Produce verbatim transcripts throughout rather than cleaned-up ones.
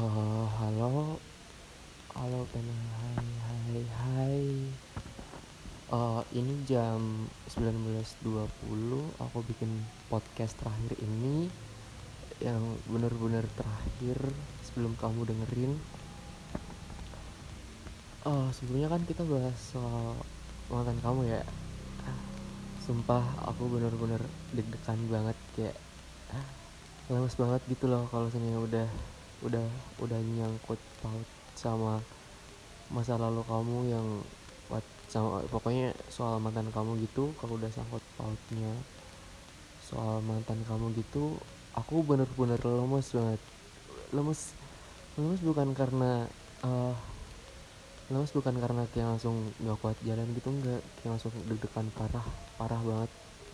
Oh, halo, halo Pena, hai, hai, hai. Eh, ini jam sembilan belas dua puluh, aku bikin podcast terakhir ini yang bener-bener terakhir sebelum kamu dengerin. Oh, sebelumnya kan kita bahas soal mantan kamu ya. Sumpah aku bener-bener deg-degan banget, kayak lemes banget gitu loh kalau sebenarnya udah udah udah nyangkut paut sama masa lalu kamu yang wat- sama pokoknya soal mantan kamu gitu. Kalau udah sangkut pautnya soal mantan kamu gitu, aku bener-bener lemes banget. Lemes lemes bukan karena eh lemes bukan karena kayak langsung nggak kuat jalan gitu, enggak, kayak langsung deg-degan parah, parah banget.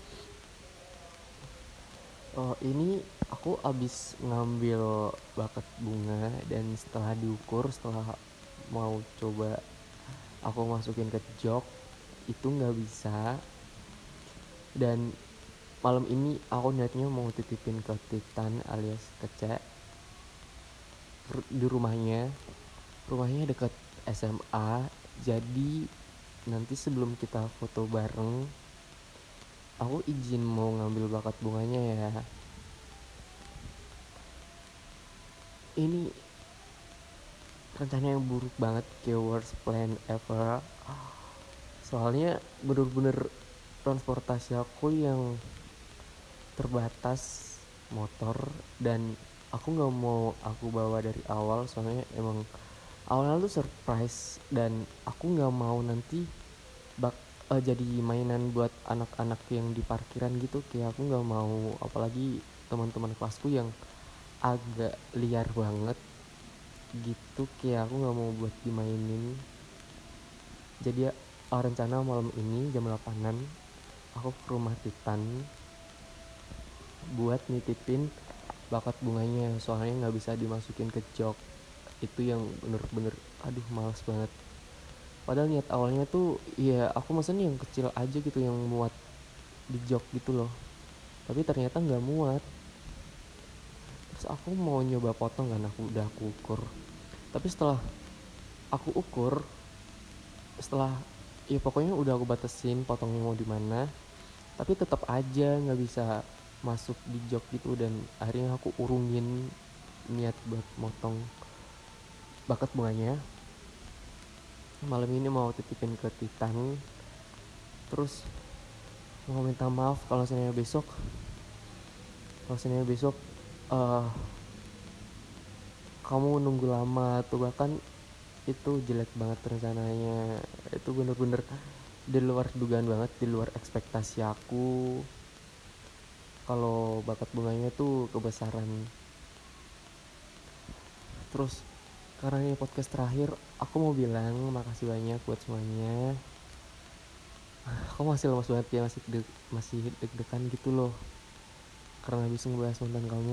Oh, ini aku abis ngambil bakat bunga, dan setelah diukur, setelah mau coba aku masukin ke jok, itu nggak bisa. Dan malam ini aku niatnya mau titipin ke Titan alias Kece di rumahnya. Rumahnya deket S M A. Jadi nanti sebelum kita foto bareng, aku izin mau ngambil bakat bunganya ya. Ini rencana yang buruk banget, kayak worst plan ever. Soalnya bener-bener transportasi aku yang terbatas, motor, dan aku nggak mau aku bawa dari awal, soalnya emang awalnya tuh surprise, dan aku nggak mau nanti bak uh, jadi mainan buat anak-anak yang di parkiran gitu. Kayak aku nggak mau, apalagi teman-teman kelasku yang agak liar banget gitu, kayak aku nggak mau buat dimainin. Jadi uh, rencana malam ini jam delapanan aku ke rumah Titan buat nitipin bakat bunganya, soalnya nggak bisa dimasukin ke jok. Itu yang bener-bener aduh males banget. Padahal niat awalnya tuh ya aku mesen yang kecil aja gitu, yang muat di jok gitu loh, tapi ternyata nggak muat. Terus aku mau nyoba potong kan, aku udah aku ukur. Tapi setelah aku ukur, setelah ya pokoknya udah aku batasin potongnya mau di mana, tapi tetap aja nggak bisa masuk di jok gitu. Dan akhirnya aku urungin niat buat motong bakat bunganya. Malam ini mau titipin ke Titan. Terus mau minta maaf kalau seandainya besok kalau seandainya besok uh, kamu nunggu lama atau bahkan itu jelek banget rencananya. Itu bener-bener di luar dugaan banget, di luar ekspektasi aku kalau bakat bunganya tuh kebesaran. Terus karena ini podcast terakhir, aku mau bilang makasih banyak buat semuanya. Aku masih lemas banget ya, masih deg masih deg-degan gitu loh karena habis ngebahas mantan kamu.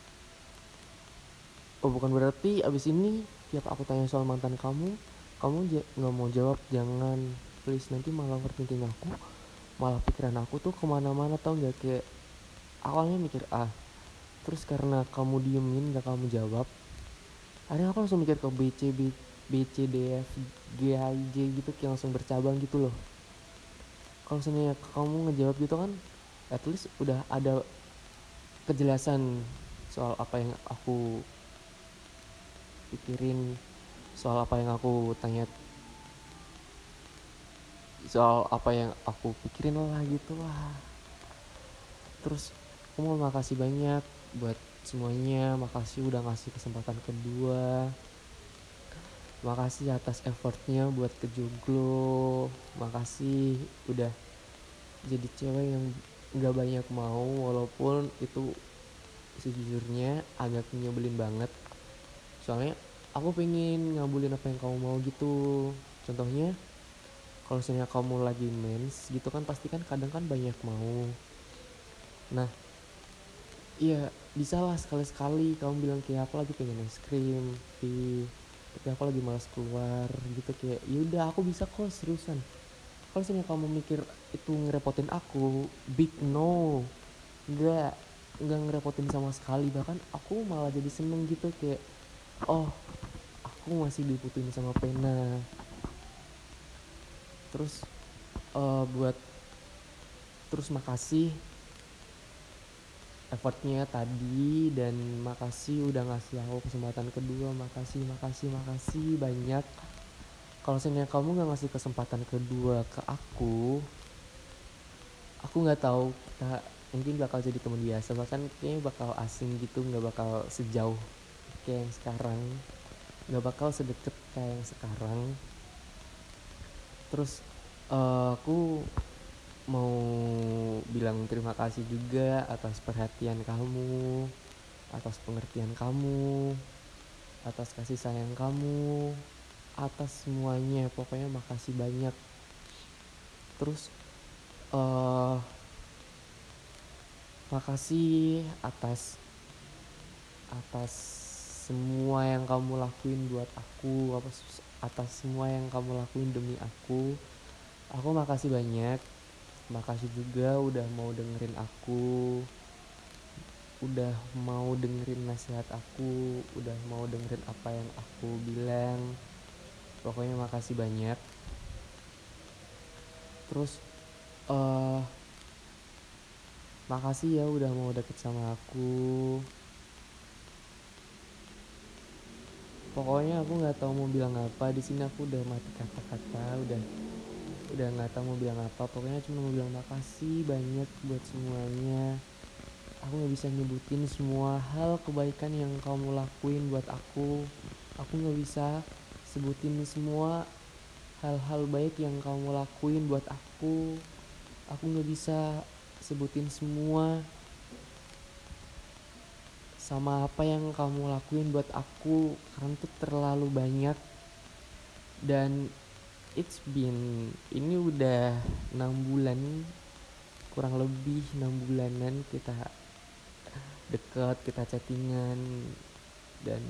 Oh, bukan berarti abis ini tiap aku tanya soal mantan kamu, kamu j- nggak mau jawab. Jangan, please, nanti malah overthinking aku, malah pikiran aku tuh kemana-mana, tau nggak? Kayak awalnya mikir A, terus karena kamu diemin nggak kamu jawab, akhirnya aku langsung mikir ke B C B B C D F G H I J gitu, kayak langsung bercabang gitu loh. Kalau misalnya kamu ngejawab gitu kan, at least udah ada kejelasan soal apa yang aku pikirin, soal apa yang aku tanya, soal apa yang aku pikirin lah gitu lah. Terus aku mau makasih banyak buat semuanya. Makasih udah ngasih kesempatan kedua. Makasih atas effortnya buat ke Joglo. Makasih udah jadi cewek yang gak banyak mau, walaupun itu sejujurnya agak nyebelin banget. Soalnya aku pengen ngabulin apa yang kamu mau gitu. Contohnya, kalau misalnya kamu lagi mens gitu kan, pasti kan kadang kan banyak mau. Nah, iya, bisa lah sekali-sekali kamu bilang kayak aku lagi pengen es krim, pi, tapi aku lagi malas keluar gitu. Kayak yaudah, aku bisa kok, seriusan. Kalau misalnya kamu mikir itu ngerepotin aku, big no. Nggak, nggak ngerepotin sama sekali. Bahkan aku malah jadi seneng gitu, kayak oh aku masih dibutuhin sama pena. Terus uh, buat terus makasih effortnya tadi, dan makasih udah ngasih aku kesempatan kedua. Makasih, makasih, makasih banyak. Kalau seandainya kamu gak ngasih kesempatan kedua ke aku, aku nggak tahu kita mungkin bakal jadi teman biasa, bahkan kayaknya bakal asing gitu, nggak bakal sejauh kayak yang sekarang, nggak bakal sedekat kayak yang sekarang. Terus uh, aku mau bilang terima kasih juga atas perhatian kamu, atas pengertian kamu, atas kasih sayang kamu, atas semuanya. Pokoknya makasih banyak. Terus uh, makasih atas atas semua yang kamu lakuin buat aku, atas semua yang kamu lakuin demi aku. Aku makasih banyak. Makasih juga udah mau dengerin aku, udah mau dengerin nasihat aku, udah mau dengerin apa yang aku bilang. Pokoknya makasih banyak. Terus uh, makasih ya udah mau deket sama aku. Pokoknya aku nggak tahu mau bilang apa. Di sini aku udah mati kata-kata, udah udah nggak tahu mau bilang apa. Pokoknya cuma mau bilang makasih banyak buat semuanya. Aku nggak bisa nyebutin semua hal kebaikan yang kamu lakuin buat aku. Aku nggak bisa sebutin semua hal-hal baik yang kamu lakuin buat aku. Aku nggak bisa sebutin semua sama apa yang kamu lakuin buat aku, karena itu terlalu banyak. Dan it's been, ini udah enam bulan, kurang lebih enam bulanan kita deket, kita chattingan. Dan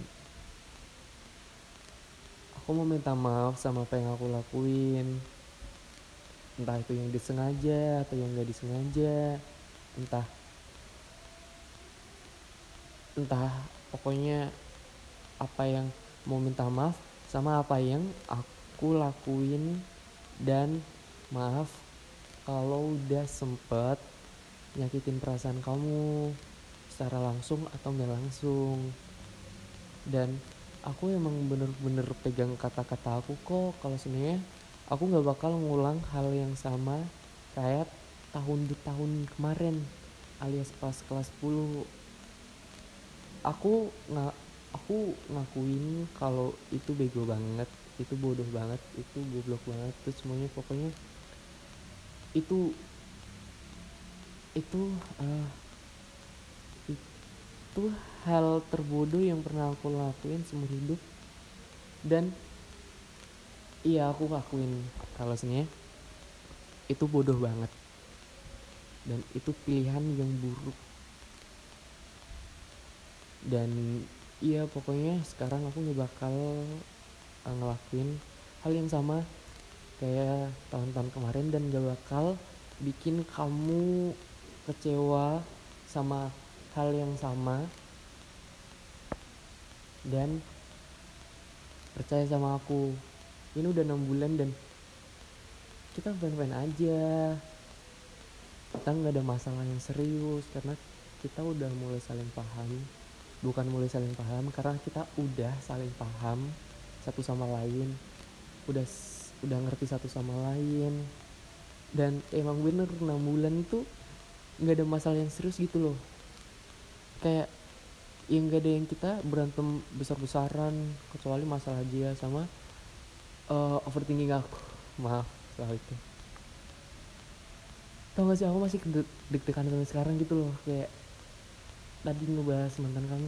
aku mau minta maaf sama apa yang aku lakuin, entah itu yang disengaja atau yang gak disengaja. Entah Entah pokoknya apa yang mau minta maaf sama apa yang aku lakuin. Dan maaf kalau udah sempet nyakitin perasaan kamu secara langsung atau gak langsung. Dan aku emang bener-bener pegang kata-kata aku kok, kalau sebenarnya aku gak bakal ngulang hal yang sama kayak tahun-tahun kemarin alias pas kelas sepuluh. Aku nggak aku ngakuin kalau itu bego banget, itu bodoh banget, itu goblok banget, itu semuanya. Pokoknya itu itu uh, itu hal terbodoh yang pernah aku lakuin seumur hidup. Dan iya, aku ngakuin kalau sebenarnya itu bodoh banget dan itu pilihan yang buruk. Dan iya, pokoknya sekarang aku gak bakal uh, ngelakuin hal yang sama kayak tahun-tahun kemarin, dan gak bakal bikin kamu kecewa sama hal yang sama. Dan percaya sama aku, ini udah enam bulan dan kita fine-fine aja. Kita gak ada masalah yang serius karena kita udah mulai saling paham. Bukan mulai saling paham, karena kita udah saling paham satu sama lain, udah udah ngerti satu sama lain. Dan emang bener enam bulan itu nggak ada masalah yang serius gitu loh. Kayak yang nggak ada yang kita berantem besar-besaran, kecuali masalah dia sama uh, overthinking aku. Maaf soal itu. Tau gak sih, aku masih deg-degan sampai sekarang gitu loh. Kayak tadi ngebahas mantan kamu.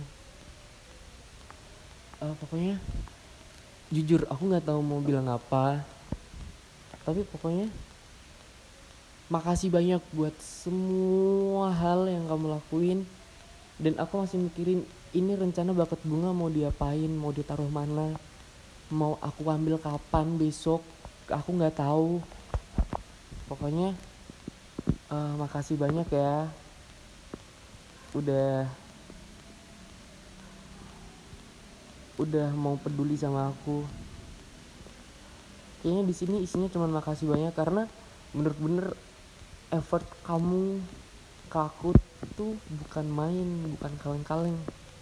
Uh, pokoknya jujur aku nggak tahu mau bilang apa, tapi pokoknya makasih banyak buat semua hal yang kamu lakuin. Dan aku masih mikirin ini rencana bakat bunga mau diapain, mau ditaruh mana, mau aku ambil kapan besok, aku nggak tahu. Pokoknya uh, makasih banyak ya udah udah mau peduli sama aku. Kayaknya di sini isinya cuma makasih banyak karena bener-bener effort kamu ke aku tuh bukan main, bukan kaleng-kaleng.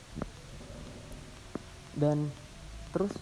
Dan terus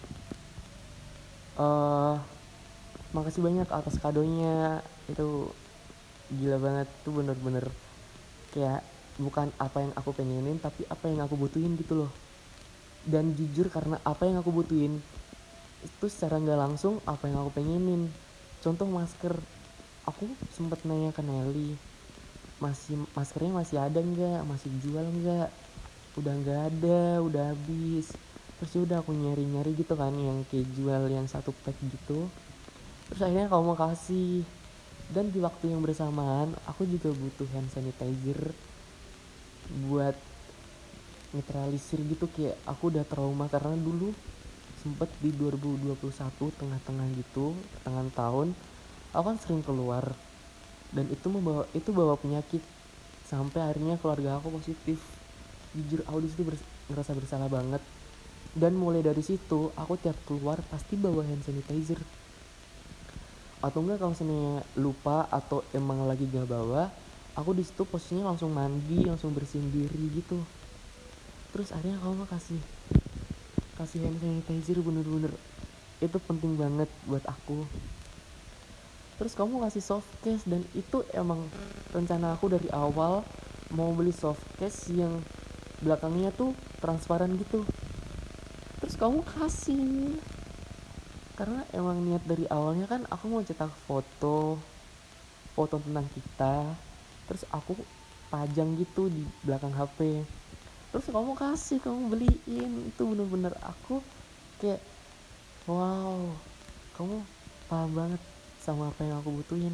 uh, makasih banyak atas kadonya, itu gila banget tuh, bener-bener kayak bukan apa yang aku pengenin tapi apa yang aku butuhin gitu loh. Dan jujur karena apa yang aku butuhin itu secara nggak langsung apa yang aku pengenin. Contoh masker, aku sempet nanya ke Nelly, masih maskernya masih ada nggak, masih jual nggak. Udah nggak ada, udah habis. Terus ya udah aku nyari-nyari gitu kan yang kayak jual yang satu pack gitu. Terus akhirnya kamu kasih. Dan di waktu yang bersamaan aku juga butuh hand sanitizer buat netralisir gitu, kayak aku udah trauma karena dulu sempet di dua ribu dua puluh satu tengah-tengah gitu, tengah tahun aku kan sering keluar dan itu membawa itu bawa penyakit sampai akhirnya keluarga aku positif. Jujur aku disitu bers- ngerasa bersalah banget, dan mulai dari situ aku tiap keluar pasti bawa hand sanitizer, atau enggak kalau misalnya lupa atau emang lagi gak bawa, aku di situ posisinya langsung mandi, langsung bersihin diri gitu. Terus akhirnya kamu kasih kasih hand sanitizer, bener-bener itu penting banget buat aku. Terus kamu kasih soft case, dan itu emang rencana aku dari awal mau beli soft case yang belakangnya tuh transparan gitu. Terus kamu kasih, karena emang niat dari awalnya kan aku mau cetak foto foto tentang kita, terus aku pajang gitu di belakang H P. Terus kamu kasih, kamu beliin, itu bener-bener aku kayak wow, kamu paham banget sama apa yang aku butuhin.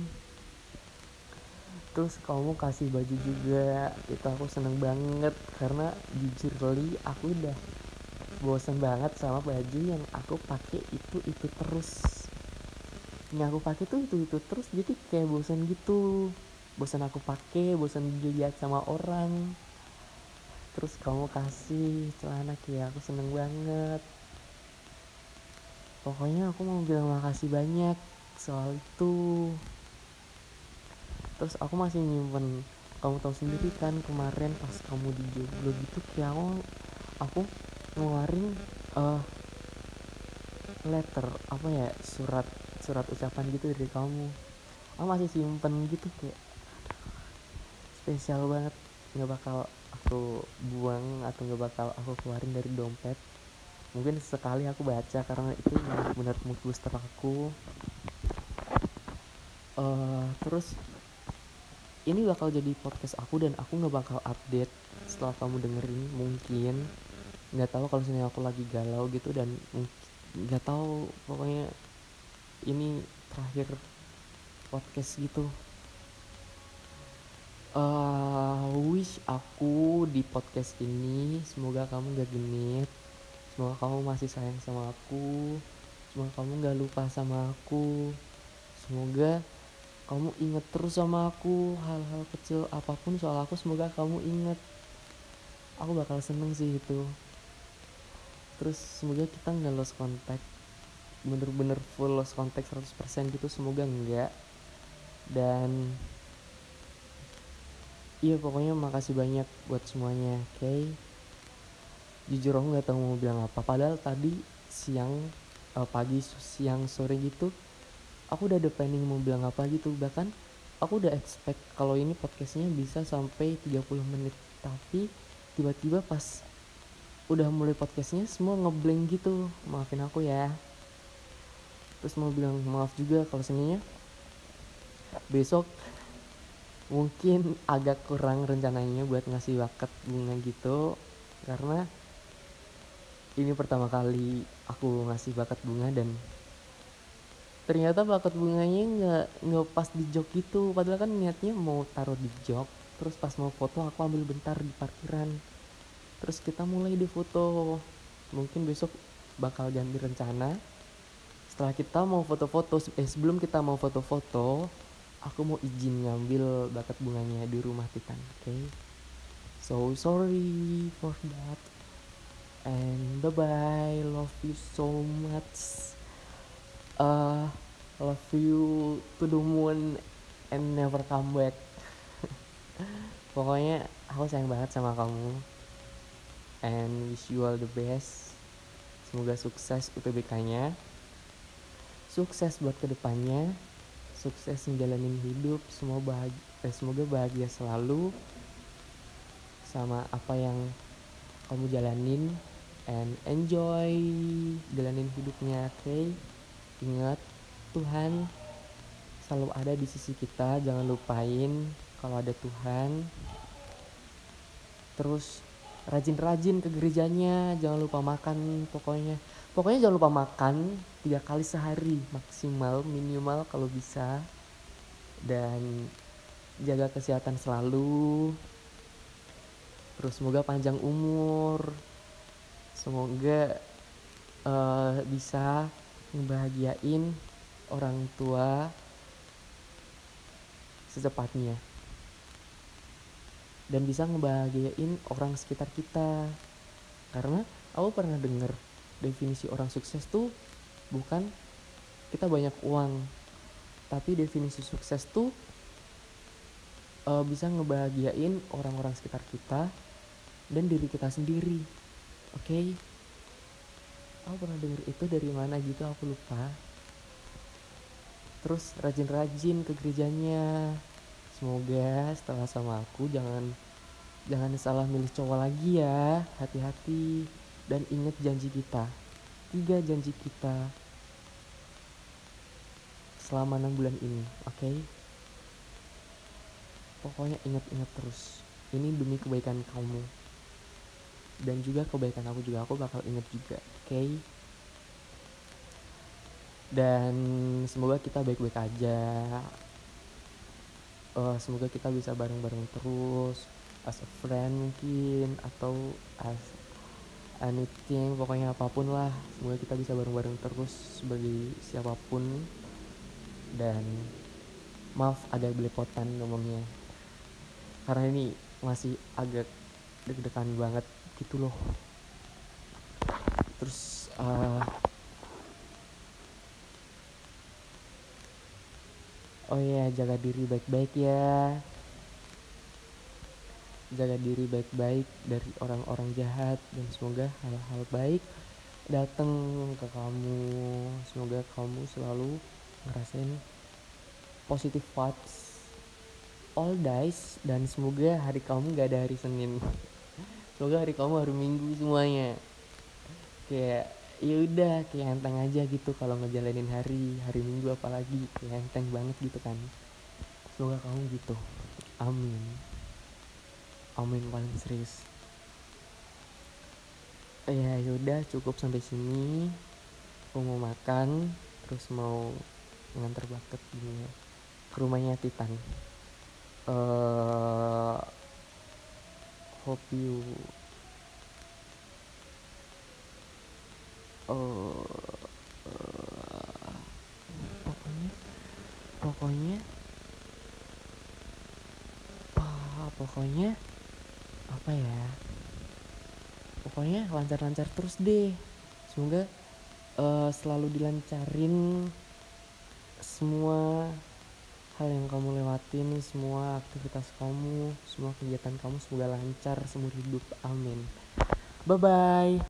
Terus kamu kasih baju juga, itu aku seneng banget karena jujur li aku udah bosan banget sama baju yang aku pakai itu itu terus. Yang aku pakai tuh itu itu terus, jadi kayak bosan gitu, bosan aku pakai, bosan dilihat sama orang. Terus kamu kasih celana, kayak aku seneng banget. Pokoknya aku mau bilang makasih banyak soal itu. Terus aku masih nyimpen, kamu tahu sendiri kan kemarin pas kamu di Joglo gitu, kayak aku, aku ngeluarin uh, letter apa ya, surat surat ucapan gitu dari kamu. Aku masih simpen gitu, kayak spesial banget, nggak bakal aku buang atau nggak bakal aku keluarin dari dompet. Mungkin sekali aku baca karena itu benar-benar mood booster aku. Uh, terus ini bakal jadi podcast aku dan aku nggak bakal update setelah kamu dengerin, mungkin nggak tahu kalau misalnya aku lagi galau gitu, dan nggak tahu, pokoknya ini terakhir podcast gitu. Uh, wish aku di podcast ini semoga kamu gak genit, semoga kamu masih sayang sama aku, semoga kamu gak lupa sama aku, semoga kamu inget terus sama aku, hal-hal kecil apapun soal aku semoga kamu inget. Aku bakal seneng sih itu. Terus semoga kita gak lost contact, bener-bener full lost contact seratus persen gitu, semoga enggak. Dan iya, pokoknya makasih banyak buat semuanya, oke? Okay? Jujur aku gak tahu mau bilang apa, padahal tadi siang, uh, pagi, siang, sore gitu aku udah ada planning mau bilang apa gitu. Bahkan aku udah expect kalau ini podcastnya bisa sampai tiga puluh menit, tapi tiba-tiba pas udah mulai podcastnya semua ngeblank gitu, maafin aku ya. Terus mau bilang maaf juga kalau sebenarnya besok mungkin agak kurang rencananya buat ngasih bakat bunga gitu, karena ini pertama kali aku ngasih bakat bunga dan ternyata bakat bunganya nggak nggak pas di jok gitu. Padahal kan niatnya mau taruh di jok, terus pas mau foto aku ambil bentar di parkiran, terus kita mulai di foto. Mungkin besok bakal ganti rencana, setelah kita mau foto-foto, eh sebelum kita mau foto-foto aku mau izin ngambil bakat bunganya di rumah Titan, oke? Okay? So sorry for that and bye bye, love you so much, uh, love you to the moon and never come back. Pokoknya aku sayang banget sama kamu and wish you all the best. Semoga sukses U T B K-nya, sukses buat kedepannya, sukses menjalani hidup, semua bahagia, eh, semoga bahagia selalu sama apa yang kamu jalanin and enjoy jalanin hidupnya. Oke, okay? Ingat, Tuhan selalu ada di sisi kita, jangan lupain kalau ada Tuhan. Terus rajin-rajin ke gerejanya, jangan lupa makan, pokoknya pokoknya jangan lupa makan tiga kali sehari maksimal, minimal kalau bisa, dan jaga kesehatan selalu. Terus semoga panjang umur, semoga uh, bisa ngebahagiain orang tua secepatnya dan bisa ngebahagiain orang sekitar kita. Karena aku pernah denger definisi orang sukses tuh bukan kita banyak uang, tapi definisi sukses tuh uh, bisa ngebahagiain orang-orang sekitar kita dan diri kita sendiri. Oke, okay? Aku pernah denger itu dari mana gitu, aku lupa. Terus rajin-rajin ke gerejanya. Semoga setelah sama aku jangan jangan salah milih cowok lagi ya. Hati-hati dan ingat janji kita. Tiga janji kita selama enam bulan ini, oke? Okay? Pokoknya ingat-ingat terus. Ini demi kebaikan kamu dan juga kebaikan aku juga. Aku bakal ingat juga, oke? Okay? Dan semoga kita baik-baik aja. Uh, semoga kita bisa bareng-bareng terus, as a friend mungkin, atau as anything, pokoknya apapun lah. Semoga kita bisa bareng-bareng terus sebagai siapapun. Dan maaf agak belepotan ngomongnya, karena ini masih agak deg-degan banget gitu loh. Terus uh, oh ya, jaga diri baik-baik ya. Jaga diri baik-baik dari orang-orang jahat, dan semoga hal-hal baik datang ke kamu. Semoga kamu selalu ngerasain positive vibes all days, dan semoga hari kamu gak ada hari Senin. Semoga hari kamu hari Minggu semuanya. Kayak ya udah kayak enteng aja gitu kalau ngejalanin hari hari Minggu, apalagi kayak enteng banget gitu kan. Semoga kamu gitu. Amin. Amin paling serius. Ya yaudah, cukup sampai sini. Aku mau makan, terus mau nganter Baket ini ke rumahnya Titan. Uh, hope you uh, uh, pokoknya pokoknya uh, pokoknya apa ya pokoknya lancar-lancar terus deh. Semoga uh, selalu dilancarin semua hal yang kamu lewatin, semua aktivitas kamu, semua kegiatan kamu semoga lancar seumur hidup. Amin. Bye bye.